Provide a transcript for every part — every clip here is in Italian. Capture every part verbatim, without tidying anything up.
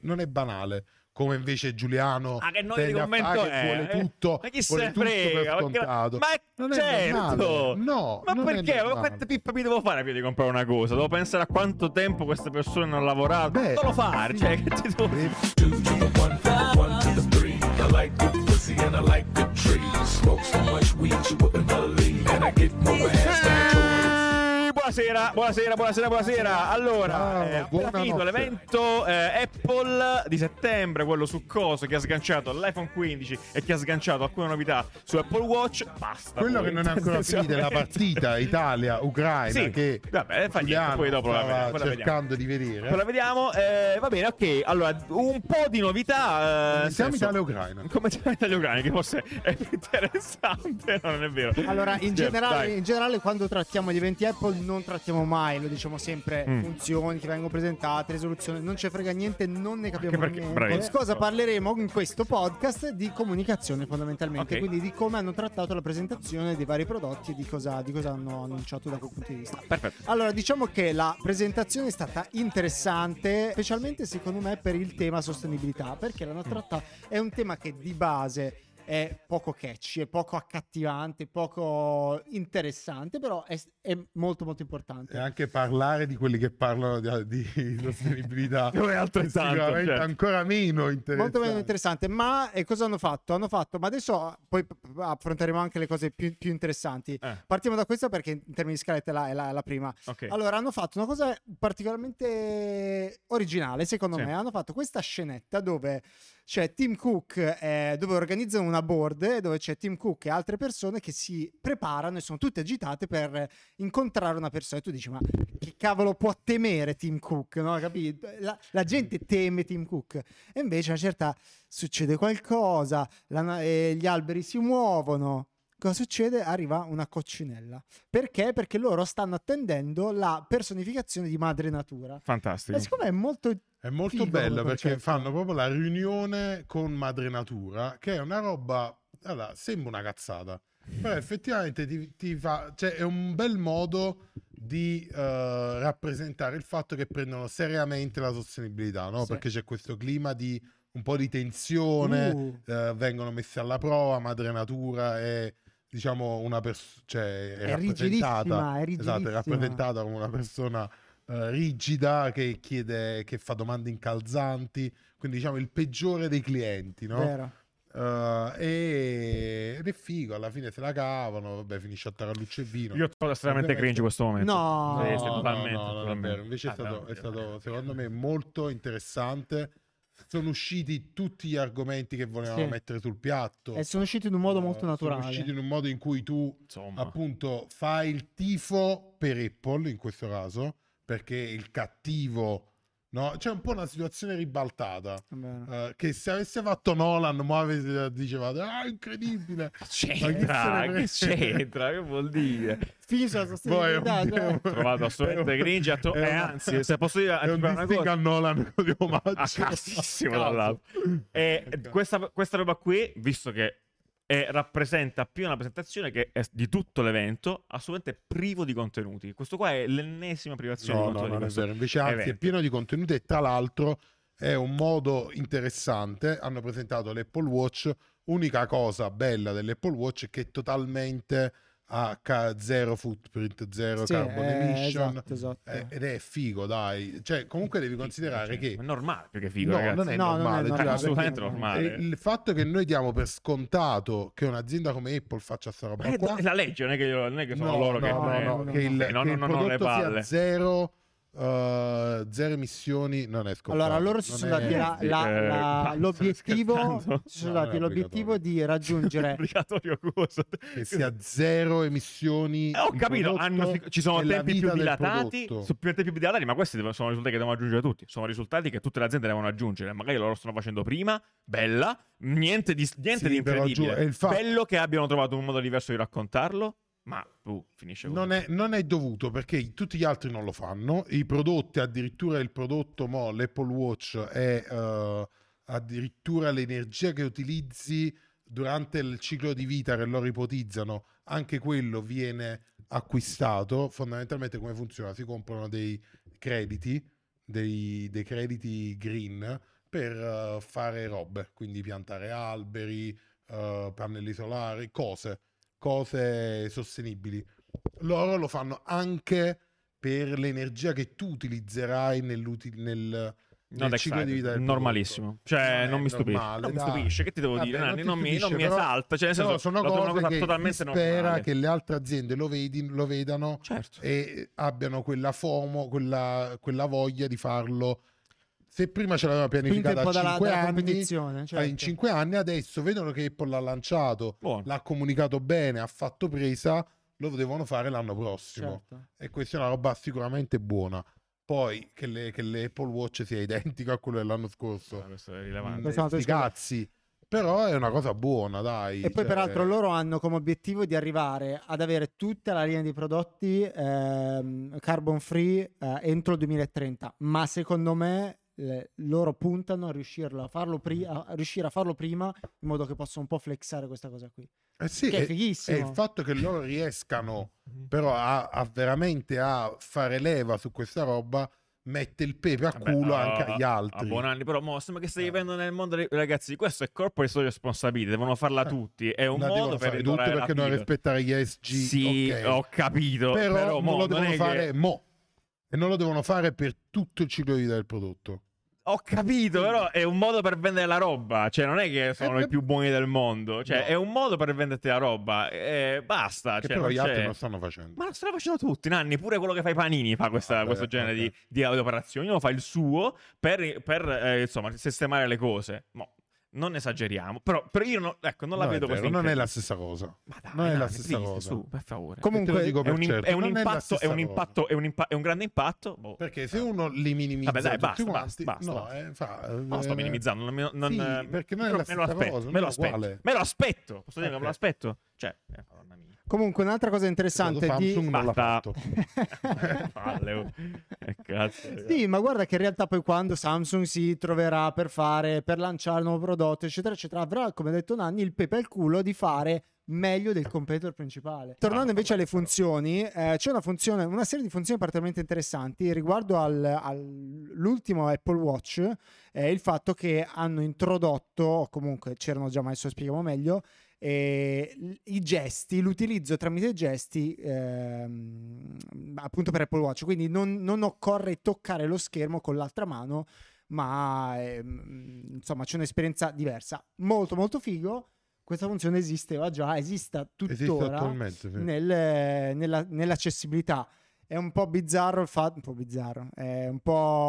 non è banale. Come invece Giuliano ah, che noi tende di a commento fare, è, vuole eh? tutto, ma chi vuole se tutto frega? per scontato. Ma è, non certo, è normale. No, ma non perché? È ma quante pippe mi devo fare prima di comprare una cosa? Devo pensare a quanto tempo queste persone hanno lavorato. Beh, non lo fare, sì. cioè che ti devo... Beh, Two to the one, from the one to the three. I like good pussy and I like good trees. Smoke so much weed you wouldn't believe, and I get more ass than a tourist. Buonasera, buonasera, buonasera, buonasera. Allora, Ciao, eh, appena finito buonanotte. l'evento eh, Apple di settembre, quello succoso che ha sganciato l'iPhone quindici e che ha sganciato alcune novità su Apple Watch. Basta. quello poi, che non è ancora finita è la partita Italia-Ucraina Sì, che vabbè, fa niente, Giuliano poi dopo la stava vediamo, poi la cercando di vedere. Poi la vediamo. Eh, va bene, ok. Allora, un po' di novità. Eh, Siamo nel senso- Italia-Ucraina. Come siamo Italia-Ucraina, che forse è più interessante, no, non è vero. Allora, in Cioè, generale, dai. in generale, quando trattiamo gli eventi Apple, non trattiamo mai, lo diciamo sempre, Mm. funzioni che vengono presentate, risoluzioni, non ci frega niente, non ne capiamo Anche perché- niente. bravissimo. Cosa parleremo in questo podcast? Di comunicazione, fondamentalmente, Ok. quindi di come hanno trattato la presentazione dei vari prodotti e di cosa, di cosa hanno annunciato da quel punto di vista. Perfetto. Allora, diciamo che la presentazione è stata interessante, specialmente secondo me per il tema sostenibilità, perché l'hanno trattata, è un tema che di base è poco catchy, è poco accattivante, poco interessante, però è, è molto molto importante. E anche parlare di quelli che parlano di, di sostenibilità Non è altrettanto, sicuramente certo. ancora meno interessante. Molto meno interessante, ma e cosa hanno fatto? Hanno fatto, ma adesso poi p- p- affronteremo anche le cose più, più interessanti. Eh. Partiamo da questa perché in termini di scaletta è la, è la, è la prima. Ok. Allora, hanno fatto una cosa particolarmente originale, secondo Sì. me. Hanno fatto questa scenetta dove c'è Tim Cook, eh, dove organizzano una board, dove c'è Tim Cook e altre persone che si preparano e sono tutte agitate per incontrare una persona. E tu dici, ma che cavolo può temere Tim Cook? No? Capito? La, la gente teme Tim Cook. E invece a una certa succede qualcosa, la- eh, gli alberi si muovono. Cosa succede? Arriva una coccinella. Perché? Perché loro stanno attendendo la personificazione di madre natura. Fantastico. E siccome è molto È molto figo bello come perché concetto. fanno proprio la riunione con madre natura, che è una roba, allora, sembra una cazzata, però effettivamente ti, ti fa, cioè è un bel modo di eh, rappresentare il fatto che prendono seriamente la sostenibilità, no? Sì. Perché c'è questo clima di un po' di tensione, Uh. eh, vengono messi alla prova, madre natura è diciamo una persona, cioè è, È rappresentata, rigidissima, è esatto, è rigidissima. rappresentata come una persona eh, rigida che chiede, che fa domande incalzanti, quindi diciamo il peggiore dei clienti, no? vero. Eh, e... ed è figo, alla fine se la cavano, vabbè, finisce a tarallucce e vino. Io trovo estremamente Ovviamente- cringe questo momento. No. Sì, No, sì, no, totalmente, no, no, non è totalmente. vero. Invece è Ah, stato, no, è stato, secondo me, molto interessante. Sono usciti tutti gli argomenti che volevano Sì. mettere sul piatto. E sono usciti in un modo Eh, molto naturale. Sono usciti in un modo in cui tu Insomma. appunto fai il tifo per Apple in questo caso, perché il cattivo, no? C'è un po' una situazione ribaltata. Va bene. eh, che se avesse fatto Nolan, mo avesse dicevate ah, incredibile. C'entra, Ma che chi se ne frega? c'entra, che vuol dire? Finisce la Poi è sostenibilità. un- cioè. Ho trovato assolutamente cringe, atto- è eh, una- anzi, se posso dire è un una dissing cosa, a Nolan di omaggio. a casissimo A tra caso. l'altro. E Ecco. questa, questa roba qui, visto che è- rappresenta più una presentazione che è di tutto l'evento, assolutamente privo di contenuti. Questo qua è l'ennesima privazione No, di no, contenuti. non è questo vero. Invece, anzi, evento. è pieno di contenuti e tra l'altro è un modo interessante. Hanno presentato l'Apple Watch. Unica cosa bella dell'Apple Watch è che è totalmente a ca- zero footprint, zero Sì, carbon eh, emission. esatto, esatto. Eh, ed è figo, dai. Cioè, comunque devi considerare che È normale, più che figo, no, ragazzi. non è No, non è normale, normale, Giulia, assolutamente perché- normale. e il fatto che noi diamo per scontato che un'azienda come Apple faccia sta roba Eh, qua, è la legge, non è che, io- non è che sono no, loro no, che... no, eh, no, no, che il, no, no, che no, il no, no, le prodotto sia palle. zero, eh, zero emissioni non è scontato. Allora, loro si Non sono è- dati la- Sì, la- eh, la- ma- l'obiettivo, sto scherzando? si sono No, dati non è l'obiettivo obbligatorio. di raggiungere obbligatorio cosa? che sia zero emissioni. Eh, ho il capito, prodotto hanno- ci sono e la tempi più vita del dilatati, prodotto. sono più tempi più dilatati, ma questi devono- sono risultati che devono raggiungere tutti. Sono risultati che tutte le aziende devono raggiungere. Magari loro lo stanno facendo prima, bella, niente di, niente Sì, di però, incredibile. Giù, è il fatto- Bello che abbiano trovato un modo diverso di raccontarlo, ma uh, finisce così. Non è, non è dovuto perché tutti gli altri non lo fanno. I prodotti, addirittura il prodotto, mo, l'Apple Watch è eh, addirittura l'energia che utilizzi durante il ciclo di vita che loro ipotizzano, anche quello viene acquistato. Fondamentalmente come funziona? Si comprano dei crediti, dei, dei crediti green per uh, fare robe, quindi piantare alberi, uh, pannelli solari, cose, cose sostenibili. Loro lo fanno anche per l'energia che tu utilizzerai nell'uti- nel, Not nel ciclo di vita del normalissimo, prodotto. cioè Non non, è mi stupisce, normale, non mi dai. stupisce, che ti devo Vabbè, dire, non Nanni, ti non, mi, non stupisce, mi però- esalta, cioè nel Però senso, sono lo trovo una cose cosa che totalmente si spera normale. che le altre aziende lo, vedi, lo vedano Certo. e abbiano quella FOMO, quella, quella voglia di farlo. Se prima ce l'aveva Spinto pianificata un po' a dalla, cinque dalla anni, competizione, eh, certo. in cinque anni adesso vedono che Apple l'ha lanciato, Buono. l'ha comunicato bene, ha fatto presa, lo devono fare l'anno prossimo. Certo. E questa è una roba sicuramente buona. Poi che, le, che l'Apple Watch sia identico a quello dell'anno scorso, Ah, questo è mm, rilevante. Questo è un altro sti discorso. cazzi. Però è una cosa buona, dai. E poi cioè- peraltro loro hanno come obiettivo di arrivare ad avere tutta la linea di prodotti ehm, carbon free eh, entro il duemilatrenta, ma secondo me le- loro puntano a, riuscirlo a, farlo pri- a a riuscire a farlo prima in modo che possa un po' flexare questa cosa qui. Eh sì, Che è e- fighissimo. e il fatto che loro riescano però a, a veramente a fare leva su questa roba mette il pepe a Vabbè, culo a- anche agli a altri. buon anni, però mo, sembra che stai Eh. vivendo nel mondo dei ragazzi. Questo è corporate social responsibility, devono farla Eh. tutti. È un La modo devono per fare tutti ridurre la perché non pila. rispettare gli E S G. Sì, ok. ho capito. però, Però, non mo, lo non devono è fare che... mo e non lo devono fare per tutto il ciclo di vita del prodotto. Ho capito, però è un modo per vendere la roba. Cioè, non è che sono Eh, i più buoni del mondo. Cioè, no. è un modo per venderti la roba. E basta. Che cioè, però non gli altri c'è- non stanno facendo. Ma lo stanno facendo tutti, Nanni. Pure quello che fa i panini fa questa- Vabbè, questo genere vabbè. di, di operazioni. Ognuno fa il suo per, per, eh, insomma, sistemare le cose. Mo, non esageriamo. Però, però io non, ecco, non la No, è vedo vero, così. non è la incredibile. stessa cosa. Ma dai, non è la Nanni, stessa please, cosa. su, per favore. Comunque- E te lo dico È per un, im- certo, è un non la impatto, è stessa un cosa. impatto, è un, impa- è un grande impatto. Boh. Perché se uno li minimizza Vabbè, dai, tutti basta, quanti, basta, no, basta. eh, fa, Non sto eh, minimizzando, non, mi- non, sì, eh, perché non è me la lo- me lo stessa aspetto, cosa, non me lo è aspetto, uguale. me lo aspetto. Posso dire che Ok. me lo aspetto? Cioè, eh, madonna mia. Comunque un'altra cosa interessante di... Samsung non l'ha Basta. fatto. Palle, oh. Eh, cazzo. Sì, ma guarda che in realtà poi quando Samsung si troverà per fare, per lanciare un nuovo prodotto, eccetera, eccetera, avrà, come ha detto Nanni, il pepe al culo di fare meglio del competitor principale. Tornando Ah, invece alle vabbè, però. funzioni, eh, c'è una funzione, una serie di funzioni particolarmente interessanti riguardo al- all'ultimo Apple Watch, eh, il fatto che hanno introdotto, o comunque c'erano già, ma adesso spieghiamo meglio, eh, l- i gesti, l'utilizzo tramite gesti ehm, appunto per Apple Watch, quindi non, non occorre toccare lo schermo con l'altra mano, ma ehm, insomma c'è un'esperienza diversa, molto molto figo. Questa funzione esisteva già, esista Esiste tuttora attualmente, sì. nel- nella- nell'accessibilità. È un po' bizzarro il fatto, un po' bizzarro, è un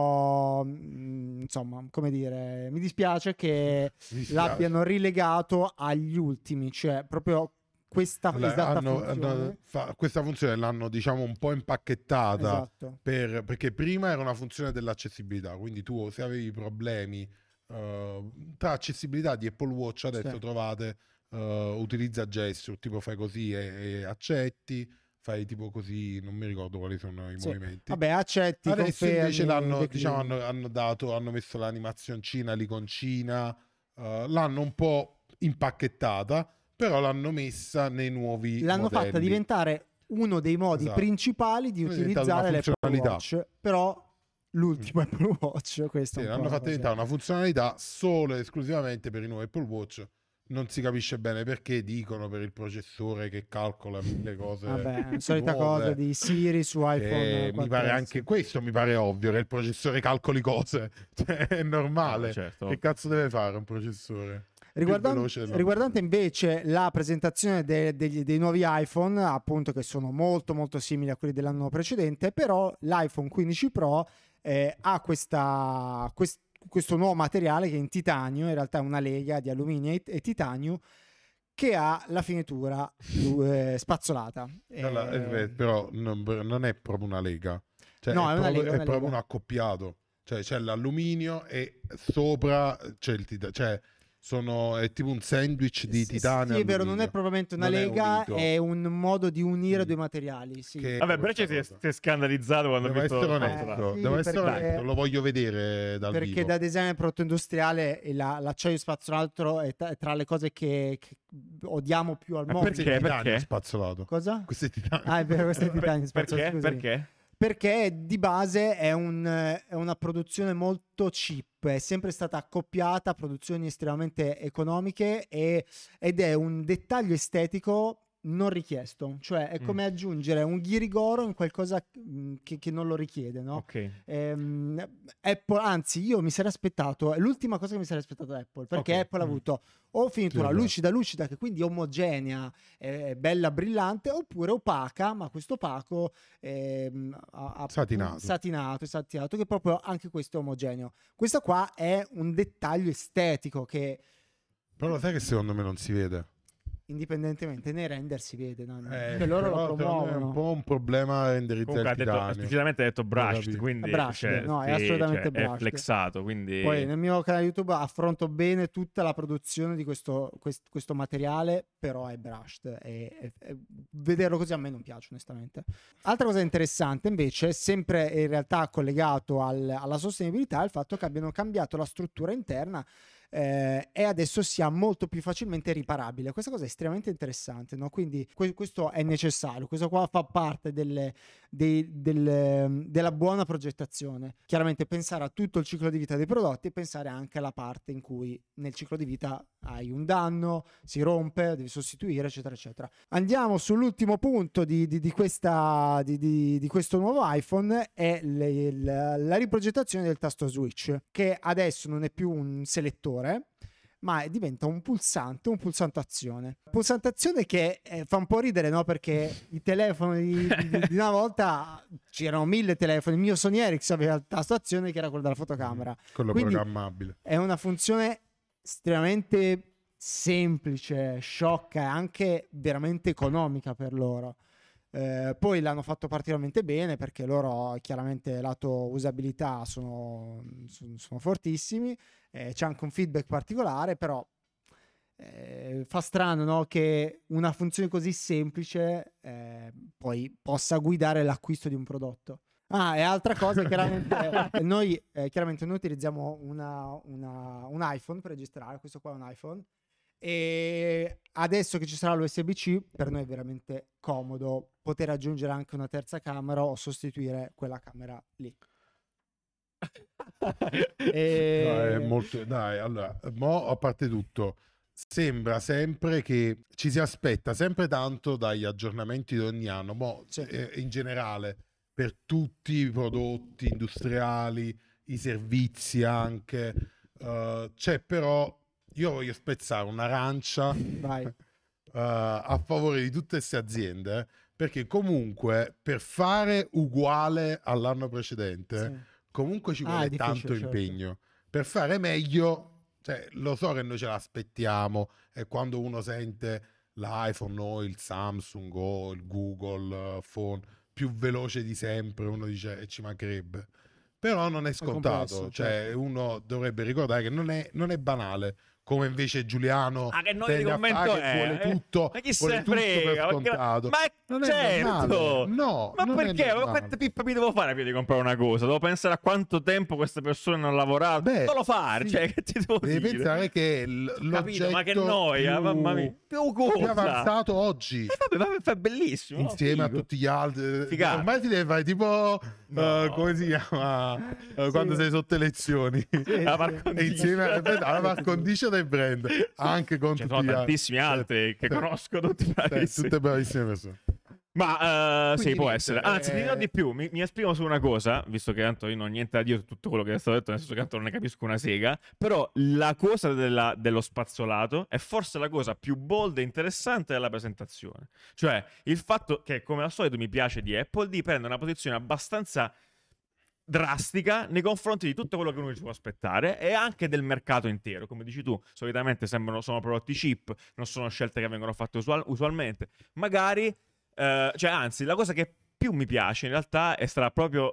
po' mm, insomma, come dire, mi dispiace che Mi dispiace. l'abbiano rilegato agli ultimi, cioè proprio questa Allora, esatta hanno- funzione. hanno fa- questa funzione l'hanno diciamo un po' impacchettata Esatto. per- perché prima era una funzione dell'accessibilità, quindi tu se avevi problemi eh, tra accessibilità di Apple Watch adesso Sì. trovate eh, utilizza gesture, tipo fai così e, e accetti, fai tipo così, non mi ricordo quali sono i Sì. movimenti. Vabbè, accetti, Adesso invece confermi, l'hanno, declini. diciamo, hanno, hanno dato, hanno messo l'animazioncina, l'iconcina, eh, l'hanno un po' impacchettata, però l'hanno messa nei nuovi L'hanno modelli. fatta diventare uno dei modi Esatto. principali di È diventata utilizzare una l'Apple funzionalità. Watch, però l'ultimo Apple Watch, questo Sì, è un l'hanno po' fatta così. diventare una funzionalità solo e esclusivamente per i nuovi Apple Watch. Non si capisce bene perché, dicono per il processore che calcola mille cose. Vabbè, la solita nuove, cosa di Siri su che iPhone. mi pare quattro S. anche questo mi pare ovvio che il processore calcoli cose. Cioè, è normale. Ah, certo. Che cazzo deve fare un processore? Riguardan- veloce della- riguardante invece la presentazione de- degli- dei nuovi iPhone, appunto, che sono molto molto simili a quelli dell'anno precedente, però l'iPhone quindici Pro eh, ha questa, quest- questo nuovo materiale che è in titanio, in realtà è una lega di alluminio e, e titanio, che ha la finitura eh, spazzolata. Allora, Eh, è vero, però non, non è proprio una lega. Cioè, No, è una proprio, lega, è una proprio lega. un accoppiato. Cioè c'è l'alluminio e sopra c'è il titanio. Cioè sono, è tipo un sandwich di Sì, titanio. sì, è vero, non alluminio. è propriamente una Non è lega, unito. è un modo di unire Mm. due materiali. Sì. Che- Vabbè, però ci questa si è, cosa. si è scandalizzato quando Devo ho visto essere il onesto, contratto. sì, devo essere perché- onesto, lo voglio vedere dal Perché vivo. da design e prodotto industriale e la- l'acciaio spazzolato è, tra- è tra le cose che, che odiamo più al Ma mondo. perché? Questo è titanio perché? spazzolato. Cosa? Questo è titanio. Ah, è vero, questo è titanio Perché? spazzolato. scusami. Perché? perché di base è, un, è una produzione molto cheap, è sempre stata accoppiata a produzioni estremamente economiche e, ed è un dettaglio estetico non richiesto, cioè è come Mm. aggiungere un ghirigoro in qualcosa che, che non lo richiede, no? Ok. Ehm, Apple, anzi, io mi sarei aspettato, è l'ultima cosa che mi sarei aspettato da Apple, perché Ok. Apple ha Mm. avuto o finitura Sì, vabbè. lucida lucida, che quindi è omogenea, è bella brillante, oppure opaca, ma questo opaco ehm, ha- ha- Satinato. satinato, satinato, che proprio anche questo è omogeneo. Questo qua è un dettaglio estetico che Però lo sai che secondo me non si vede? indipendentemente nei render si vede, no? Eh, Che loro lo però secondo me è promuovono. un po' un problema renderizzare Comunque ha il detto, titanio. esplicitamente ha detto brushed, capito. quindi È brushed, cioè, no, è sì, assolutamente cioè, è brushed. flexato, quindi Poi nel mio canale YouTube affronto bene tutta la produzione di questo, quest- questo materiale, però è brushed e, e- e vederlo così a me non piace onestamente. Altra cosa interessante invece, sempre in realtà collegato al- alla sostenibilità, è il fatto che abbiano cambiato la struttura interna eh, e adesso sia molto più facilmente riparabile. Questa cosa è estremamente interessante, no? Quindi que- questo è necessario, questo qua fa parte delle, dei- del- della buona progettazione. Chiaramente pensare a tutto il ciclo di vita dei prodotti e pensare anche alla parte in cui nel ciclo di vita hai un danno, si rompe, devi sostituire, eccetera, eccetera. Andiamo sull'ultimo punto di, di- di questa, di, di- di questo nuovo iPhone, è le- il- la riprogettazione del tasto switch, che adesso non è più un selettore, ma diventa un pulsante, un pulsante azione. Pulsante azione che eh, fa un po' ridere, no? Perché i telefoni di, di- di una volta c'erano mille telefoni. Il mio Sony Ericsson aveva il tasto azione che era quello della fotocamera. Quello Quindi programmabile. è una funzione estremamente semplice, sciocca e anche veramente economica per loro. Eh, poi l'hanno fatto particolarmente bene perché loro chiaramente lato usabilità sono, sono, sono fortissimi, eh, c'è anche un feedback particolare, però eh, fa strano, no, che una funzione così semplice eh, poi possa guidare l'acquisto di un prodotto. Ah, e altra cosa, chiaramente noi, eh, chiaramente noi utilizziamo una, una- un iPhone per registrare, questo qua è un iPhone, e adesso che ci sarà l'U S B C per noi è veramente comodo poter aggiungere anche una terza camera o sostituire quella camera lì. E- No, è molto... Dai, allora, mo, a parte tutto, sembra sempre che ci si aspetta sempre tanto dagli aggiornamenti di ogni anno, mo, Sì. eh, in generale, per tutti i prodotti industriali, i servizi anche. Eh, c'è però, io voglio spezzare un'arancia Vai. eh, a favore di tutte queste aziende, eh, perché comunque per fare uguale all'anno precedente, Sì. comunque ci Ah, vuole è difficile, tanto certo. impegno. Per fare meglio, cioè, lo so che noi ce l'aspettiamo e quando uno sente l'iPhone o il Samsung o il Google eh, Phone più veloce di sempre, uno dice e ci mancherebbe. Però non è scontato, complesso, cioè certo. uno dovrebbe ricordare che non è, non è banale, come invece Giuliano Ah, che noi di tende a commento fare, è, che vuole eh? tutto, Ma chi vuole se tutto per frega? Ma, che- scontato. ma è- Non è certo! normale. No, ma non è perché? Ma normale. quante pippe mi devo fare prima di comprare una cosa? Devo pensare a quanto tempo queste persone hanno lavorato. Beh, non lo fare, sì. cioè, che ti devo Devi dire? pensare che l- Capito, l'oggetto ma che noia, più, mamma mia. Più cosa? più avanzato oggi, Eh, vabbè, vabbè, fa bellissimo. no? insieme a Figo. tutti gli altri. Figata. Ormai ti deve fare tipo No. eh, come si chiama Eh, quando Sì. sei sotto elezioni. Sì, La sì. par E condicio. insieme alla alla par condicio del brand, anche con Ci tutti sono gli altri. tantissimi altri che Sì. conosco, tutti Sì, bravissimi. tutte bravissime persone. Ma eh, sì, Quindi può niente, essere. Anzi, ti dirò eh, di più. Mi, mi esprimo su una cosa, visto che tanto io non ho niente da dire su tutto quello che è stato detto, nel senso che tanto non ne capisco una sega. Però la cosa della- dello spazzolato è forse la cosa più bold e interessante della presentazione. Cioè, il fatto che, come al solito, mi piace di Apple di prendere una posizione abbastanza drastica nei confronti di tutto quello che uno ci può aspettare e anche del mercato intero. Come dici tu, solitamente sembrano sono prodotti cheap, non sono scelte che vengono fatte usual- usualmente. Magari, eh, cioè anzi, la cosa che più mi piace in realtà è stata proprio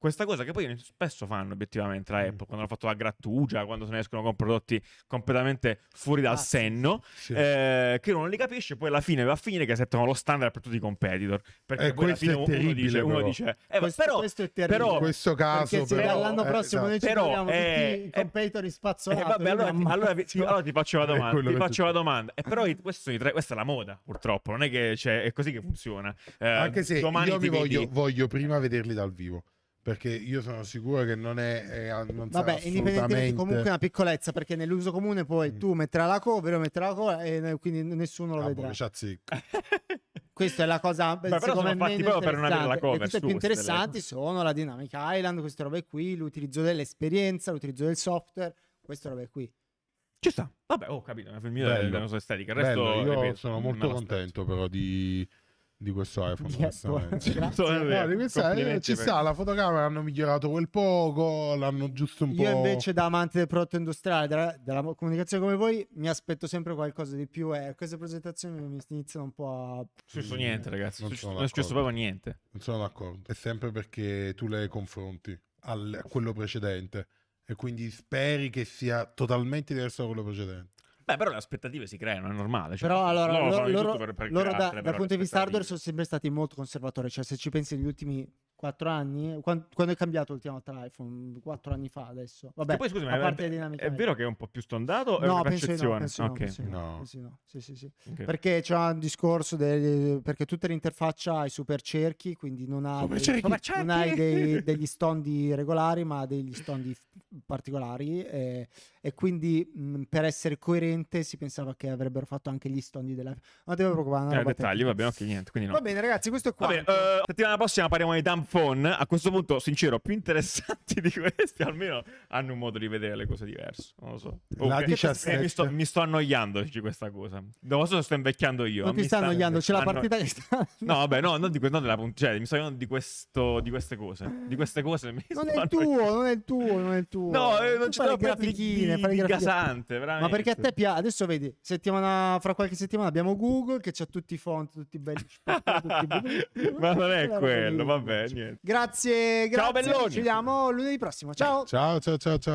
questa cosa che poi spesso fanno obiettivamente la Apple, quando hanno fatto la grattugia, quando se ne escono con prodotti completamente fuori dal Ah, sì, senno, sì. eh, che uno non li capisce, poi alla fine va a finire che settano lo standard per tutti i competitor. Perché Eh, poi alla questo fine è uno terribile, dice, uno però. dice eh, Questo, però, questo è terribile. però In questo caso, Perché se però, dall'anno eh, prossimo noi ci Però troviamo tutti è- i competitor Eh, spazzolati. vabbè, allora, mamma allora vi- mia. allora ti faccio la È domanda. quello Ti che faccio la succede. domanda. E però i- questo sono i tre- questa è la moda, purtroppo. Non è che c'è, è così che funziona. Eh, Anche se domani io ti mi vedi- voglio, voglio prima vederli dal vivo, perché io sono sicuro che non è, è non sarà Vabbè, indipendentemente assolutamente comunque è una piccolezza, perché nell'uso comune poi Mm. tu metterai la cover, io metterò la cover e ne- quindi nessuno lo Ah, boh, vedrà. che c'azzecco. Questa è la cosa Beh, però secondo sono me fatti meno proprio per non avere la interessante. cover Le cose su più queste interessanti sono la Dynamic Island, queste robe qui, l'utilizzo dell'esperienza, l'utilizzo del software, queste robe qui. Ci sta. Vabbè, ho capito. Il mio è Bello. la nostra estetica. Il resto, Bello, io ripeto, sono non molto me lo aspetto. contento però di, di questo iPhone. Di Apple. onestamente. Grazie. No, di questa- eh, Complimenti ci per- sta, la fotocamera hanno migliorato quel poco, l'hanno giusto un po'. Io invece da amante del prodotto industriale, della, della comunicazione come voi, mi aspetto sempre qualcosa di più e queste presentazioni mi iniziano un po' a... Su, su niente, ragazzi. Non Su- sono Non è successo d'accordo. proprio niente. Non sono d'accordo. È sempre perché tu le confronti al- a quello precedente e quindi speri che sia totalmente diverso da quello precedente. Beh, però le aspettative si creano, è normale. Cioè, Però allora, loro loro, fanno di loro- tutto per- per loro crearle, da- però dal le punto di vista hardware aspettative. sono sempre stati molto conservatori, cioè se ci pensi negli ultimi quattro anni, quan- quando, è cambiato l'ultima volta l'iPhone? Quattro anni fa adesso. Vabbè, Che poi, scusami, a è- parte è, le dinamiche. è vero che è un po' più stondato? o è No, una penso di no, percezione? penso di no, Ok. penso di no, No. penso di no. Sì, sì, sì. Ok. Perché c'è un discorso del, perché tutta l'interfaccia ha i super cerchi, quindi non ha Super dei- cerchi. Super cerchi! non hai dei- degli stondi regolari, ma degli stondi f- particolari e, e quindi mh, per essere coerente si pensava che avrebbero fatto anche gli stondi della... Non ti devo preoccupare, è una Eh, roba dettagli, tecnica. va bene, ok, niente. Quindi no. Va bene ragazzi, questo è Va qua. bene, eh, settimana prossima parliamo di dumb phone. A questo punto, sincero, più interessanti di questi, almeno hanno un modo di vedere le cose diverso. Non lo so. La Ok. diciassette. Eh, mi, sto, mi sto annoiando di questa cosa. Non so se sto invecchiando io. non ti mi sta annoiando, c'è la anno- partita che sta... No, vabbè, no, non di, que- non della punt- cioè, mi sto annoiando di, questo, di queste cose. Di queste cose mi Non sto è il annoiando. tuo, non è il tuo, non è il tuo. No, eh, Tu non c'è fai le troppo di, grafichine, di, fai le di grafichine. gasante, veramente. Ma perché a te piace? Adesso vedi, settimana, fra qualche settimana abbiamo Google che c'ha tutti i font, tutti belli. tutti belli. Ma non è Quella roba quello, lì. vabbè, niente. Grazie, grazie. Belloni. Ci vediamo lunedì prossimo. Ciao. Ciao, ciao, ciao, ciao.